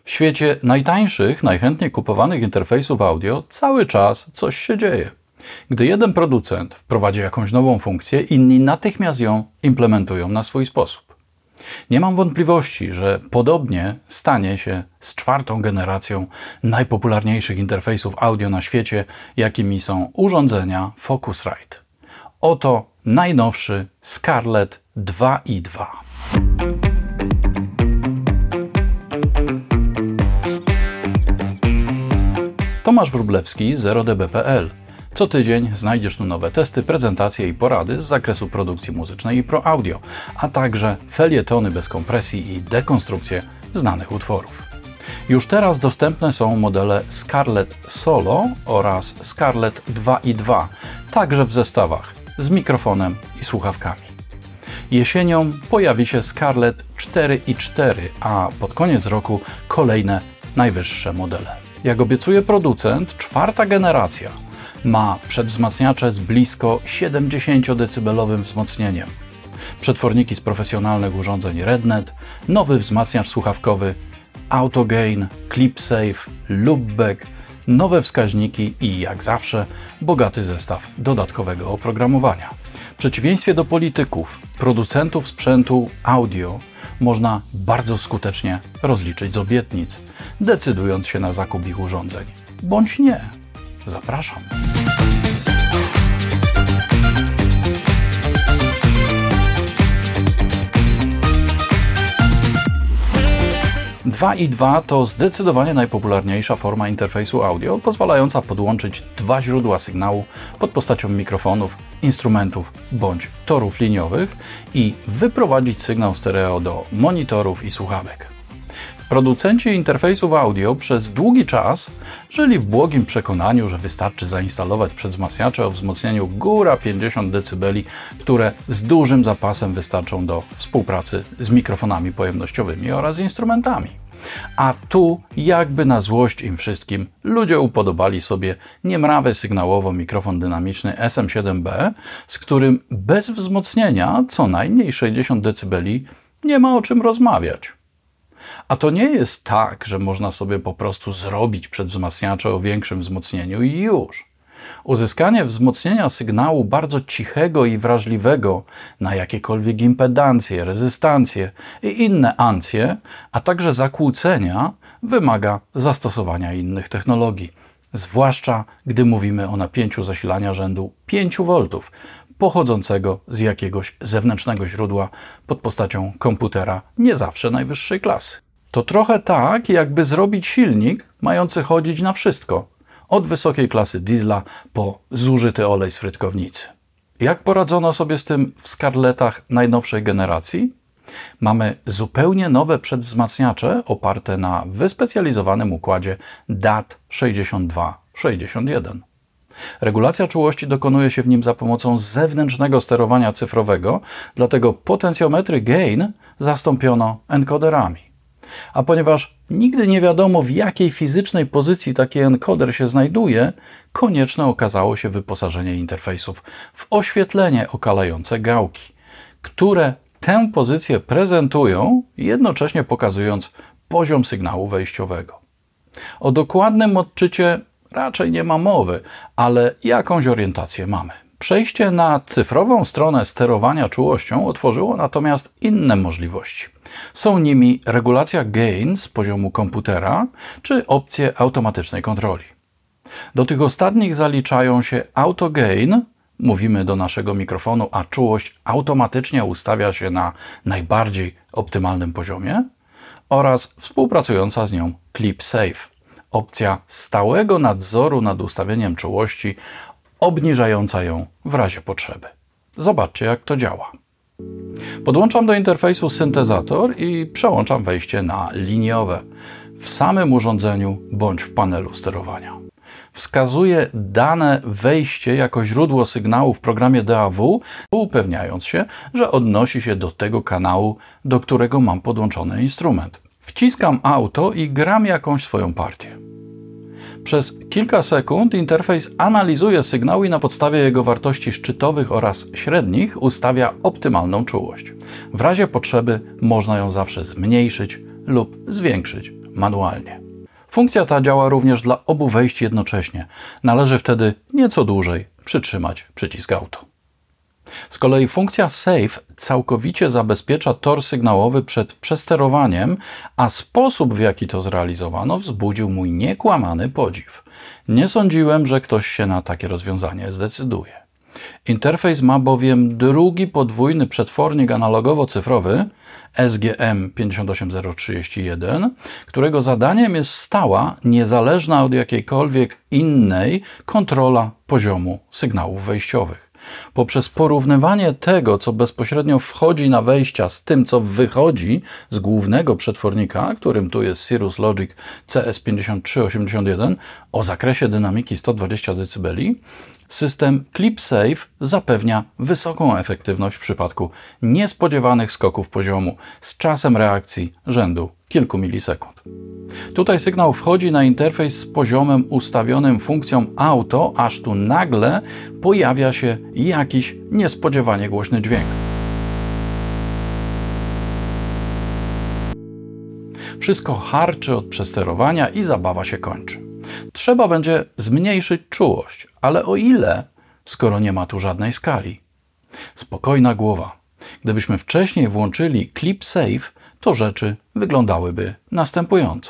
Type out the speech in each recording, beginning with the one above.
W świecie najtańszych, najchętniej kupowanych interfejsów audio cały czas coś się dzieje. Gdy jeden producent wprowadzi jakąś nową funkcję, inni natychmiast ją implementują na swój sposób. Nie mam wątpliwości, że podobnie stanie się z czwartą generacją najpopularniejszych interfejsów audio na świecie, jakimi są urządzenia Focusrite. Oto najnowszy Scarlett 2i2. Tomasz Wróblewski z 0db.pl. Co tydzień znajdziesz tu nowe testy, prezentacje i porady z zakresu produkcji muzycznej i pro audio, a także felietony bez kompresji i dekonstrukcje znanych utworów. Już teraz dostępne są modele Scarlett Solo oraz Scarlett 2i2, także w zestawach z mikrofonem i słuchawkami. Jesienią pojawi się Scarlett 4i4, a pod koniec roku kolejne najwyższe modele. Jak obiecuje producent, czwarta generacja ma przedwzmacniacze z blisko 70-decybelowym wzmocnieniem, przetworniki z profesjonalnych urządzeń RedNet, nowy wzmacniacz słuchawkowy, AutoGain, ClipSafe, Loopback, nowe wskaźniki i jak zawsze bogaty zestaw dodatkowego oprogramowania. W przeciwieństwie do polityków, producentów sprzętu audio można bardzo skutecznie rozliczyć z obietnic, decydując się na zakup ich urządzeń. Bądź nie. Zapraszam. Dwa i 2 to zdecydowanie najpopularniejsza forma interfejsu audio, pozwalająca podłączyć dwa źródła sygnału pod postacią mikrofonów, instrumentów bądź torów liniowych i wyprowadzić sygnał stereo do monitorów i słuchawek. Producenci interfejsów audio przez długi czas żyli w błogim przekonaniu, że wystarczy zainstalować przedwzmacniacze o wzmocnieniu góra 50 dB, które z dużym zapasem wystarczą do współpracy z mikrofonami pojemnościowymi oraz instrumentami. A tu, jakby na złość im wszystkim, ludzie upodobali sobie niemrawy sygnałowo mikrofon dynamiczny SM7B, z którym bez wzmocnienia co najmniej 60 dB nie ma o czym rozmawiać. A to nie jest tak, że można sobie po prostu zrobić przedwzmacniacze o większym wzmocnieniu i już. Uzyskanie wzmocnienia sygnału bardzo cichego i wrażliwego na jakiekolwiek impedancje, rezystancje i inne ancje, a także zakłócenia, wymaga zastosowania innych technologii. Zwłaszcza gdy mówimy o napięciu zasilania rzędu 5 V, pochodzącego z jakiegoś zewnętrznego źródła pod postacią komputera nie zawsze najwyższej klasy. To trochę tak, jakby zrobić silnik mający chodzić na wszystko, od wysokiej klasy diesla po zużyty olej z frytkownicy. Jak poradzono sobie z tym w Scarlettach najnowszej generacji? Mamy zupełnie nowe przedwzmacniacze oparte na wyspecjalizowanym układzie DAT6261. Regulacja czułości dokonuje się w nim za pomocą zewnętrznego sterowania cyfrowego, dlatego potencjometry gain zastąpiono encoderami. A ponieważ nigdy nie wiadomo, w jakiej fizycznej pozycji taki encoder się znajduje, konieczne okazało się wyposażenie interfejsów w oświetlenie okalające gałki, które tę pozycję prezentują, jednocześnie pokazując poziom sygnału wejściowego. O dokładnym odczycie raczej nie ma mowy, ale jakąś orientację mamy. Przejście na cyfrową stronę sterowania czułością otworzyło natomiast inne możliwości. Są nimi regulacja gain z poziomu komputera czy opcje automatycznej kontroli. Do tych ostatnich zaliczają się AutoGain, mówimy do naszego mikrofonu, a czułość automatycznie ustawia się na najbardziej optymalnym poziomie, oraz współpracująca z nią ClipSafe, opcja stałego nadzoru nad ustawieniem czułości, obniżająca ją w razie potrzeby. Zobaczcie, jak to działa. Podłączam do interfejsu syntezator i przełączam wejście na liniowe w samym urządzeniu bądź w panelu sterowania. Wskazuję dane wejście jako źródło sygnału w programie DAW, upewniając się, że odnosi się do tego kanału, do którego mam podłączony instrument. Wciskam auto i gram jakąś swoją partię. Przez kilka sekund interfejs analizuje sygnał i na podstawie jego wartości szczytowych oraz średnich ustawia optymalną czułość. W razie potrzeby można ją zawsze zmniejszyć lub zwiększyć manualnie. Funkcja ta działa również dla obu wejść jednocześnie. Należy wtedy nieco dłużej przytrzymać przycisk Auto. Z kolei funkcja Save całkowicie zabezpiecza tor sygnałowy przed przesterowaniem, a sposób, w jaki to zrealizowano, wzbudził mój niekłamany podziw. Nie sądziłem, że ktoś się na takie rozwiązanie zdecyduje. Interfejs ma bowiem drugi podwójny przetwornik analogowo-cyfrowy SGM58031, którego zadaniem jest stała, niezależna od jakiejkolwiek innej kontrola poziomu sygnałów wejściowych. Poprzez porównywanie tego, co bezpośrednio wchodzi na wejścia z tym, co wychodzi z głównego przetwornika, którym tu jest Cirrus Logic CS5381 o zakresie dynamiki 120 dB, system ClipSave zapewnia wysoką efektywność w przypadku niespodziewanych skoków poziomu z czasem reakcji rzędu kilku milisekund. Tutaj sygnał wchodzi na interfejs z poziomem ustawionym funkcją Auto, aż tu nagle pojawia się jakiś niespodziewanie głośny dźwięk. Wszystko harczy od przesterowania i zabawa się kończy. Trzeba będzie zmniejszyć czułość, ale o ile, skoro nie ma tu żadnej skali? Spokojna głowa. Gdybyśmy wcześniej włączyli ClipSave, to rzeczy wyglądałyby następująco.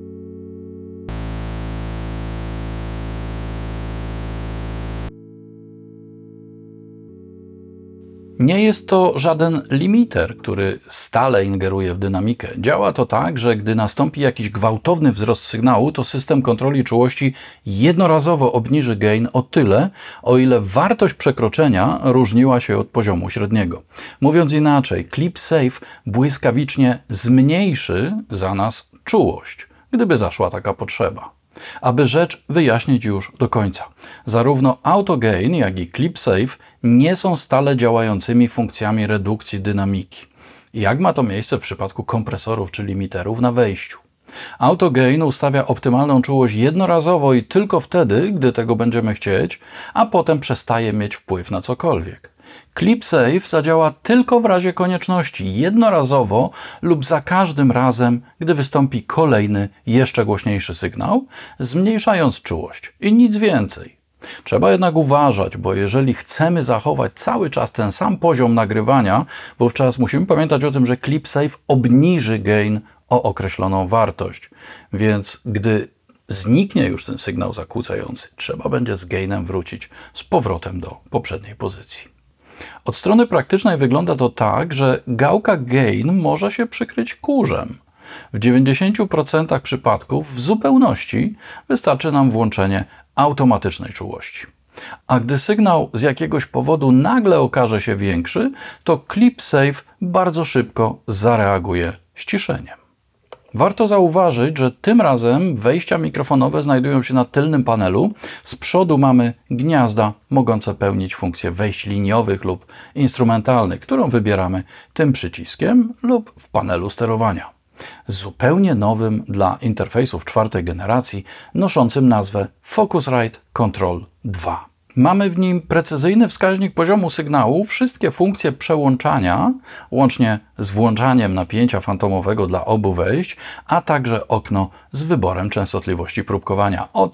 Nie jest to żaden limiter, który stale ingeruje w dynamikę. Działa to tak, że gdy nastąpi jakiś gwałtowny wzrost sygnału, to system kontroli czułości jednorazowo obniży gain o tyle, o ile wartość przekroczenia różniła się od poziomu średniego. Mówiąc inaczej, ClipSave błyskawicznie zmniejszy za nas czułość, gdyby zaszła taka potrzeba. Aby rzecz wyjaśnić już do końca. Zarówno AutoGain, jak i ClipSave nie są stale działającymi funkcjami redukcji dynamiki. Jak ma to miejsce w przypadku kompresorów czy limiterów na wejściu. AutoGain ustawia optymalną czułość jednorazowo i tylko wtedy, gdy tego będziemy chcieć, a potem przestaje mieć wpływ na cokolwiek. ClipSave zadziała tylko w razie konieczności, jednorazowo lub za każdym razem, gdy wystąpi kolejny, jeszcze głośniejszy sygnał, zmniejszając czułość i nic więcej. Trzeba jednak uważać, bo jeżeli chcemy zachować cały czas ten sam poziom nagrywania, wówczas musimy pamiętać o tym, że ClipSave obniży gain o określoną wartość. Więc gdy zniknie już ten sygnał zakłócający, trzeba będzie z gainem wrócić z powrotem do poprzedniej pozycji. Od strony praktycznej wygląda to tak, że gałka gain może się przykryć kurzem. W 90% przypadków w zupełności wystarczy nam włączenie automatycznej czułości. A gdy sygnał z jakiegoś powodu nagle okaże się większy, to ClipSave bardzo szybko zareaguje ściszeniem. Warto zauważyć, że tym razem wejścia mikrofonowe znajdują się na tylnym panelu. Z przodu mamy gniazda mogące pełnić funkcje wejść liniowych lub instrumentalnych, którą wybieramy tym przyciskiem lub w panelu sterowania. Zupełnie nowym dla interfejsów czwartej generacji, noszącym nazwę Focusrite Control 2. Mamy w nim precyzyjny wskaźnik poziomu sygnału, wszystkie funkcje przełączania, łącznie z włączaniem napięcia fantomowego dla obu wejść, a także okno z wyborem częstotliwości próbkowania od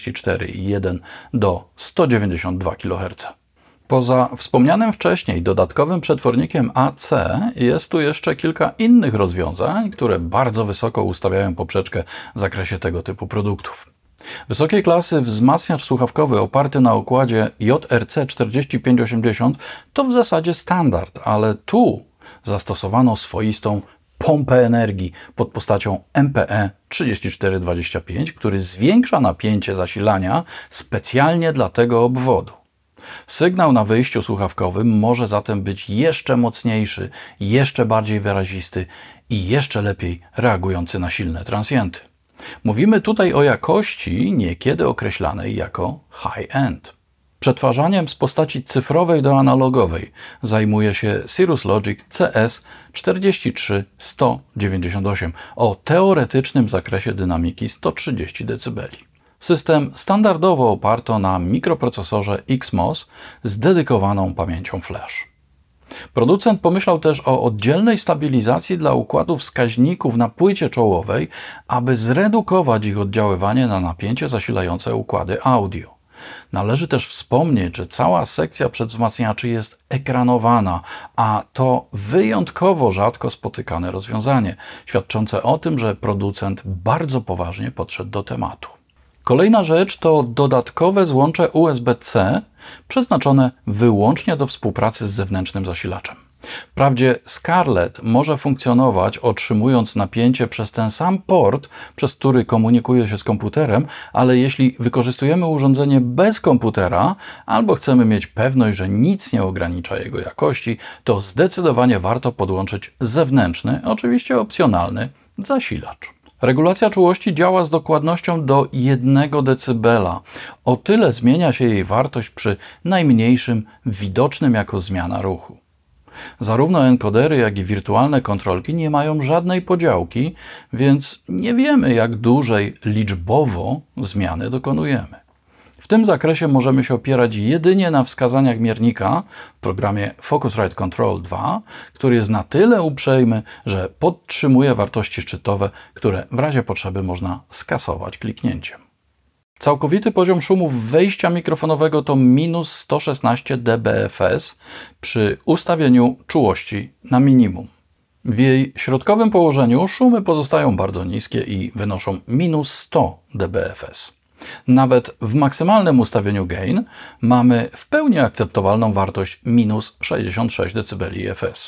44,1 do 192 kHz. Poza wspomnianym wcześniej dodatkowym przetwornikiem AC jest tu jeszcze kilka innych rozwiązań, które bardzo wysoko ustawiają poprzeczkę w zakresie tego typu produktów. Wysokiej klasy wzmacniacz słuchawkowy oparty na układzie JRC 4580 to w zasadzie standard, ale tu zastosowano swoistą pompę energii pod postacią MPE 3425, który zwiększa napięcie zasilania specjalnie dla tego obwodu. Sygnał na wyjściu słuchawkowym może zatem być jeszcze mocniejszy, jeszcze bardziej wyrazisty i jeszcze lepiej reagujący na silne transienty. Mówimy tutaj o jakości niekiedy określanej jako high-end. Przetwarzaniem z postaci cyfrowej do analogowej zajmuje się Cirrus Logic CS43198 o teoretycznym zakresie dynamiki 130 dB. System standardowo oparto na mikroprocesorze XMOS z dedykowaną pamięcią flash. Producent pomyślał też o oddzielnej stabilizacji dla układów wskaźników na płycie czołowej, aby zredukować ich oddziaływanie na napięcie zasilające układy audio. Należy też wspomnieć, że cała sekcja przedwzmacniaczy jest ekranowana, a to wyjątkowo rzadko spotykane rozwiązanie, świadczące o tym, że producent bardzo poważnie podszedł do tematu. Kolejna rzecz to dodatkowe złącze USB-C przeznaczone wyłącznie do współpracy z zewnętrznym zasilaczem. Wprawdzie Scarlett może funkcjonować otrzymując napięcie przez ten sam port, przez który komunikuje się z komputerem, ale jeśli wykorzystujemy urządzenie bez komputera albo chcemy mieć pewność, że nic nie ogranicza jego jakości, to zdecydowanie warto podłączyć zewnętrzny, oczywiście opcjonalny, zasilacz. Regulacja czułości działa z dokładnością do 1 dB. O tyle zmienia się jej wartość przy najmniejszym, widocznym jako zmiana ruchu. Zarówno enkodery, jak i wirtualne kontrolki nie mają żadnej podziałki, więc nie wiemy, jak dużej liczbowo zmiany dokonujemy. W tym zakresie możemy się opierać jedynie na wskazaniach miernika w programie Focusrite Control 2, który jest na tyle uprzejmy, że podtrzymuje wartości szczytowe, które w razie potrzeby można skasować kliknięciem. Całkowity poziom szumów wejścia mikrofonowego to minus 116 dBFS przy ustawieniu czułości na minimum. W jej środkowym położeniu szumy pozostają bardzo niskie i wynoszą minus 100 dBFS. Nawet w maksymalnym ustawieniu gain mamy w pełni akceptowalną wartość minus 66 dBFS.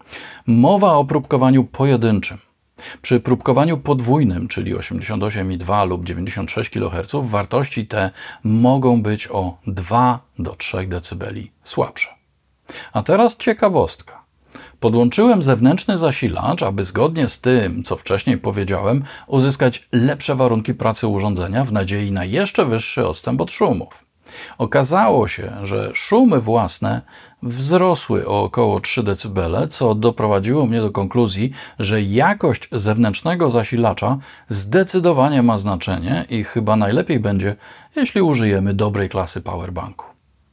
Mowa o próbkowaniu pojedynczym. Przy próbkowaniu podwójnym, czyli 88,2 lub 96 kHz, wartości te mogą być o 2 do 3 dB słabsze. A teraz ciekawostka. Podłączyłem zewnętrzny zasilacz, aby zgodnie z tym, co wcześniej powiedziałem, uzyskać lepsze warunki pracy urządzenia w nadziei na jeszcze wyższy odstęp od szumów. Okazało się, że szumy własne wzrosły o około 3 dB, co doprowadziło mnie do konkluzji, że jakość zewnętrznego zasilacza zdecydowanie ma znaczenie i chyba najlepiej będzie, jeśli użyjemy dobrej klasy powerbanku.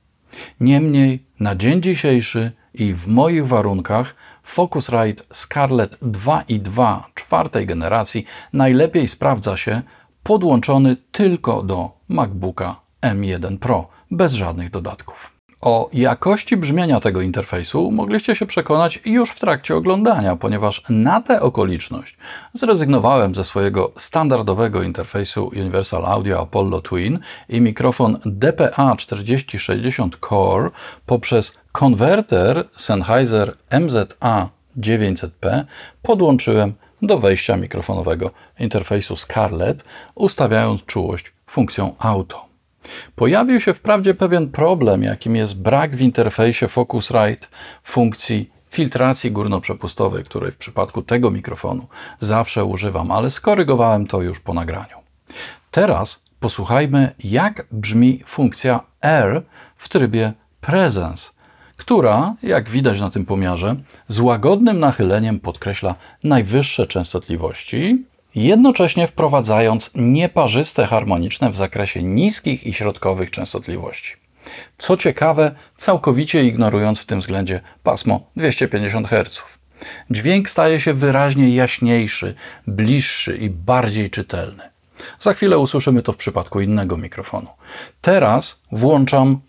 Niemniej na dzień dzisiejszy i w moich warunkach Focusrite Scarlett 2.2 czwartej generacji najlepiej sprawdza się podłączony tylko do MacBooka M1 Pro, bez żadnych dodatków. O jakości brzmienia tego interfejsu mogliście się przekonać już w trakcie oglądania, ponieważ na tę okoliczność zrezygnowałem ze swojego standardowego interfejsu Universal Audio Apollo Twin i mikrofon DPA4060 Core poprzez konwerter Sennheiser MZA900P podłączyłem do wejścia mikrofonowego interfejsu Scarlett, ustawiając czułość funkcją auto. Pojawił się wprawdzie pewien problem, jakim jest brak w interfejsie Focusrite funkcji filtracji górnoprzepustowej, której w przypadku tego mikrofonu zawsze używam, ale skorygowałem to już po nagraniu. Teraz posłuchajmy, jak brzmi funkcja Air w trybie Presence, która, jak widać na tym pomiarze, z łagodnym nachyleniem podkreśla najwyższe częstotliwości, jednocześnie wprowadzając nieparzyste harmoniczne w zakresie niskich i środkowych częstotliwości. Co ciekawe, całkowicie ignorując w tym względzie pasmo 250 Hz. Dźwięk staje się wyraźnie jaśniejszy, bliższy i bardziej czytelny. Za chwilę usłyszymy to w przypadku innego mikrofonu. Teraz włączam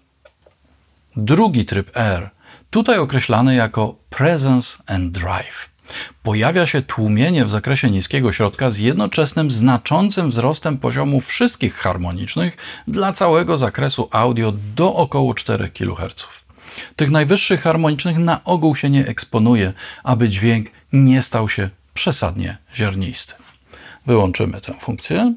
drugi tryb R, tutaj określany jako Presence and Drive. Pojawia się tłumienie w zakresie niskiego środka z jednoczesnym znaczącym wzrostem poziomu wszystkich harmonicznych dla całego zakresu audio do około 4 kHz. Tych najwyższych harmonicznych na ogół się nie eksponuje, aby dźwięk nie stał się przesadnie ziarnisty. Wyłączymy tę funkcję.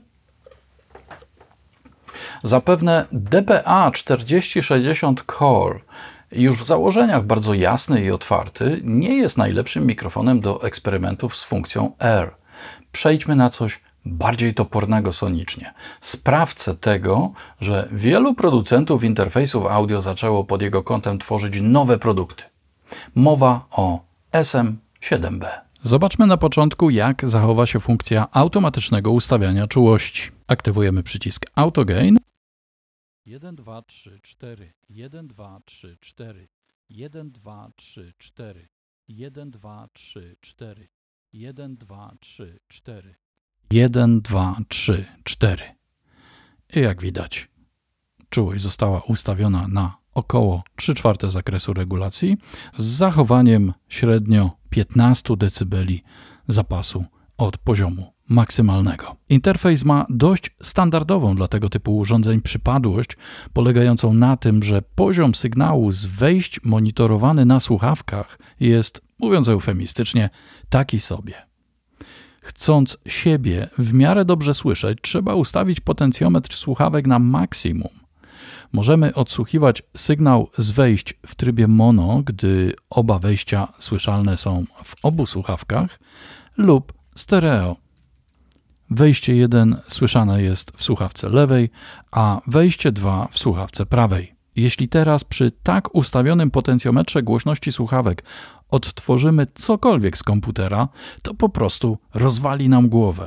Zapewne DPA4060 Core już w założeniach bardzo jasny i otwarty nie jest najlepszym mikrofonem do eksperymentów z funkcją Air. Przejdźmy na coś bardziej topornego sonicznie. Sprawcę tego, że wielu producentów interfejsów audio zaczęło pod jego kątem tworzyć nowe produkty. Mowa o SM7B. Zobaczmy na początku, jak zachowa się funkcja automatycznego ustawiania czułości. Aktywujemy przycisk Auto Gain. 1, 2, 3, 4, 1, 2, 3, 4, 1, 2, 3, 4. 1, 2, 3, 4. 1, 2, 3, 4. 1, 2, 3, 4. I jak widać, czułość została ustawiona na około 3/4 zakresu regulacji z zachowaniem średnio 15 dB zapasu od poziomu maksymalnego. Interfejs ma dość standardową dla tego typu urządzeń przypadłość, polegającą na tym, że poziom sygnału z wejść monitorowany na słuchawkach jest, mówiąc eufemistycznie, taki sobie. Chcąc siebie w miarę dobrze słyszeć, trzeba ustawić potencjometr słuchawek na maksimum. Możemy odsłuchiwać sygnał z wejść w trybie mono, gdy oba wejścia słyszalne są w obu słuchawkach, lub stereo. Wejście 1 słyszane jest w słuchawce lewej, a wejście 2 w słuchawce prawej. Jeśli teraz przy tak ustawionym potencjometrze głośności słuchawek odtworzymy cokolwiek z komputera, to po prostu rozwali nam głowę.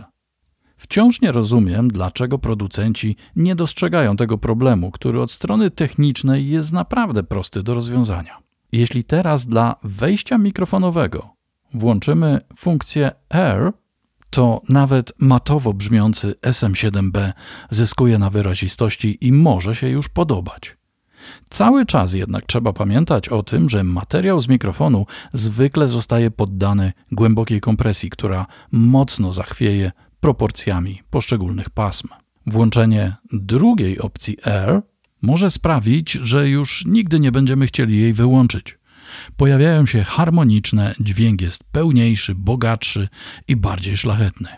Wciąż nie rozumiem, dlaczego producenci nie dostrzegają tego problemu, który od strony technicznej jest naprawdę prosty do rozwiązania. Jeśli teraz dla wejścia mikrofonowego włączymy funkcję Air, to nawet matowo brzmiący SM7B zyskuje na wyrazistości i może się już podobać. Cały czas jednak trzeba pamiętać o tym, że materiał z mikrofonu zwykle zostaje poddany głębokiej kompresji, która mocno zachwieje proporcjami poszczególnych pasm. Włączenie drugiej opcji Air może sprawić, że już nigdy nie będziemy chcieli jej wyłączyć. Pojawiają się harmoniczne, dźwięk jest pełniejszy, bogatszy i bardziej szlachetny.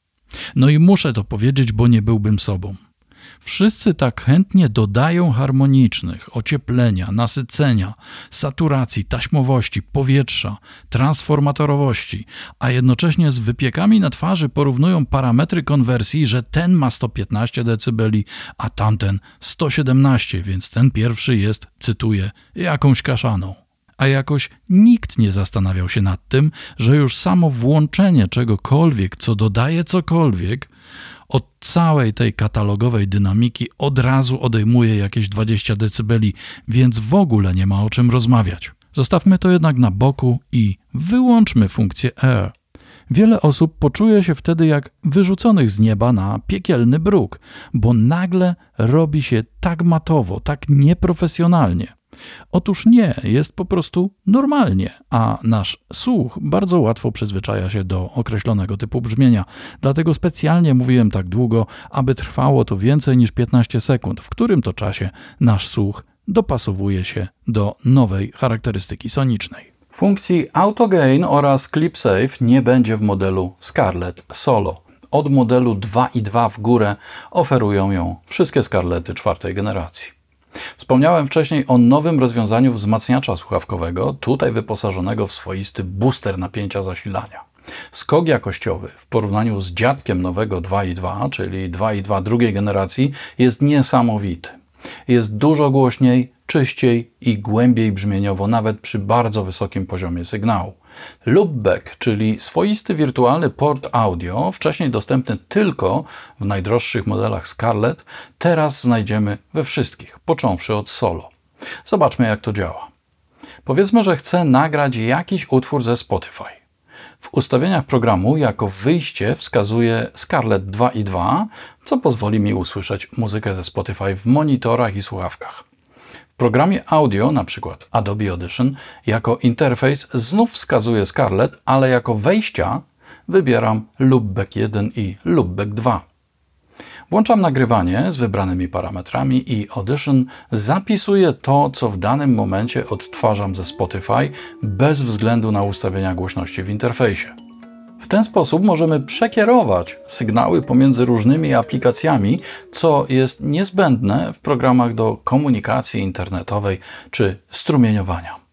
No i muszę to powiedzieć, bo nie byłbym sobą. Wszyscy tak chętnie dodają harmonicznych, ocieplenia, nasycenia, saturacji, taśmowości, powietrza, transformatorowości, a jednocześnie z wypiekami na twarzy porównują parametry konwersji, że ten ma 115 dB, a tamten 117, więc ten pierwszy jest, cytuję, jakąś kaszaną. A jakoś nikt nie zastanawiał się nad tym, że już samo włączenie czegokolwiek, co dodaje cokolwiek, od całej tej katalogowej dynamiki od razu odejmuje jakieś 20 dB, więc w ogóle nie ma o czym rozmawiać. Zostawmy to jednak na boku i wyłączmy funkcję Air. Wiele osób poczuje się wtedy jak wyrzuconych z nieba na piekielny bruk, bo nagle robi się tak matowo, tak nieprofesjonalnie. Otóż nie, jest po prostu normalnie, a nasz słuch bardzo łatwo przyzwyczaja się do określonego typu brzmienia. Dlatego specjalnie mówiłem tak długo, aby trwało to więcej niż 15 sekund, w którym to czasie nasz słuch dopasowuje się do nowej charakterystyki sonicznej. Funkcji Auto Gain oraz Clip Save nie będzie w modelu Scarlett Solo. Od modelu 2.2 w górę oferują ją wszystkie Scarletty 4. generacji. Wspomniałem wcześniej o nowym rozwiązaniu wzmacniacza słuchawkowego, tutaj wyposażonego w swoisty booster napięcia zasilania. Skok jakościowy w porównaniu z dziadkiem nowego 2.2, czyli 2.2 drugiej generacji, jest niesamowity. Jest dużo głośniej, czyściej i głębiej brzmieniowo, nawet przy bardzo wysokim poziomie sygnału. Loopback, czyli swoisty wirtualny port audio, wcześniej dostępny tylko w najdroższych modelach Scarlett, teraz znajdziemy we wszystkich, począwszy od Solo. Zobaczmy, jak to działa. Powiedzmy, że chcę nagrać jakiś utwór ze Spotify. W ustawieniach programu jako wyjście wskazuję Scarlett 2.2, co pozwoli mi usłyszeć muzykę ze Spotify w monitorach i słuchawkach. W programie audio, np. Adobe Audition, jako interfejs znów wskazuję Scarlett, ale jako wejścia wybieram Loopback 1 i Loopback 2. Włączam nagrywanie z wybranymi parametrami i Audition zapisuje to, co w danym momencie odtwarzam ze Spotify bez względu na ustawienia głośności w interfejsie. W ten sposób możemy przekierować sygnały pomiędzy różnymi aplikacjami, co jest niezbędne w programach do komunikacji internetowej czy strumieniowania.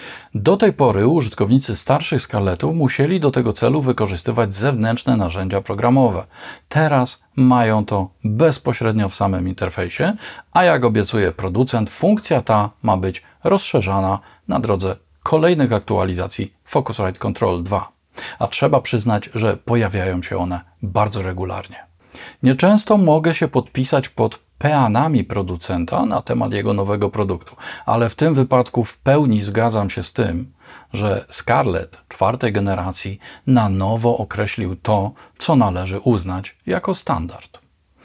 Do tej pory użytkownicy starszych Scarlettów musieli do tego celu wykorzystywać zewnętrzne narzędzia programowe. Teraz mają to bezpośrednio w samym interfejsie, a jak obiecuje producent, funkcja ta ma być rozszerzana na drodze kolejnych aktualizacji Focusrite Control 2. A trzeba przyznać, że pojawiają się one bardzo regularnie. Nieczęsto mogę się podpisać pod peanami producenta na temat jego nowego produktu. Ale w tym wypadku w pełni zgadzam się z tym, że Scarlett 4. generacji na nowo określił to, co należy uznać jako standard.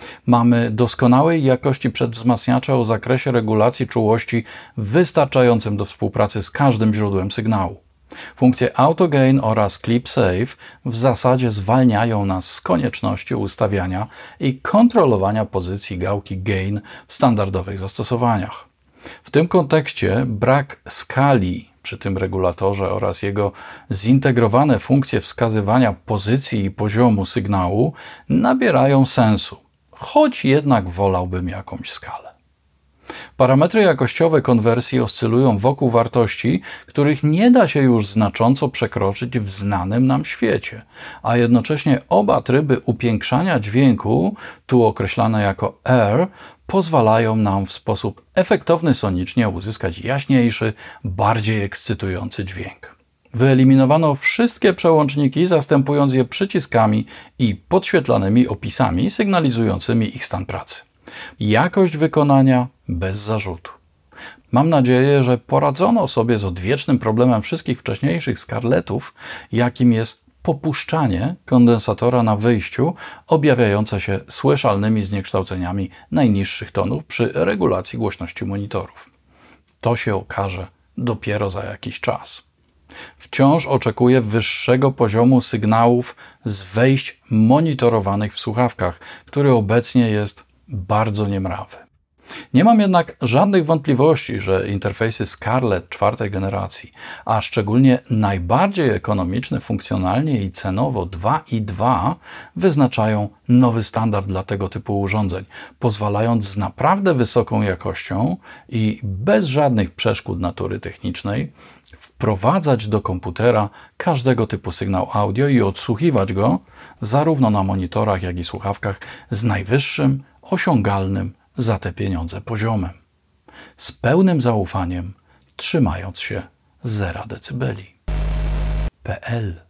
Mamy doskonałej jakości przedwzmacniacze o zakresie regulacji czułości wystarczającym do współpracy z każdym źródłem sygnału. Funkcje Auto Gain oraz Clip Save w zasadzie zwalniają nas z konieczności ustawiania i kontrolowania pozycji gałki Gain w standardowych zastosowaniach. W tym kontekście brak skali przy tym regulatorze oraz jego zintegrowane funkcje wskazywania pozycji i poziomu sygnału nabierają sensu, choć jednak wolałbym jakąś skalę. Parametry jakościowe konwersji oscylują wokół wartości, których nie da się już znacząco przekroczyć w znanym nam świecie, a jednocześnie oba tryby upiększania dźwięku, tu określane jako R, pozwalają nam w sposób efektowny sonicznie uzyskać jaśniejszy, bardziej ekscytujący dźwięk. Wyeliminowano wszystkie przełączniki, zastępując je przyciskami i podświetlanymi opisami sygnalizującymi ich stan pracy. Jakość wykonania bez zarzutu. Mam nadzieję, że poradzono sobie z odwiecznym problemem wszystkich wcześniejszych Scarlettów, jakim jest popuszczanie kondensatora na wyjściu, objawiające się słyszalnymi zniekształceniami najniższych tonów przy regulacji głośności monitorów. To się okaże dopiero za jakiś czas. Wciąż oczekuję wyższego poziomu sygnałów z wejść monitorowanych w słuchawkach, który obecnie jest bardzo niemrawy. Nie mam jednak żadnych wątpliwości, że interfejsy Scarlett 4. generacji, a szczególnie najbardziej ekonomiczne funkcjonalnie i cenowo 2.2 wyznaczają nowy standard dla tego typu urządzeń, pozwalając z naprawdę wysoką jakością i bez żadnych przeszkód natury technicznej wprowadzać do komputera każdego typu sygnał audio i odsłuchiwać go zarówno na monitorach, jak i słuchawkach z najwyższym, osiągalnym za te pieniądze poziomem. Z pełnym zaufaniem, trzymając się 0 decybeli. PL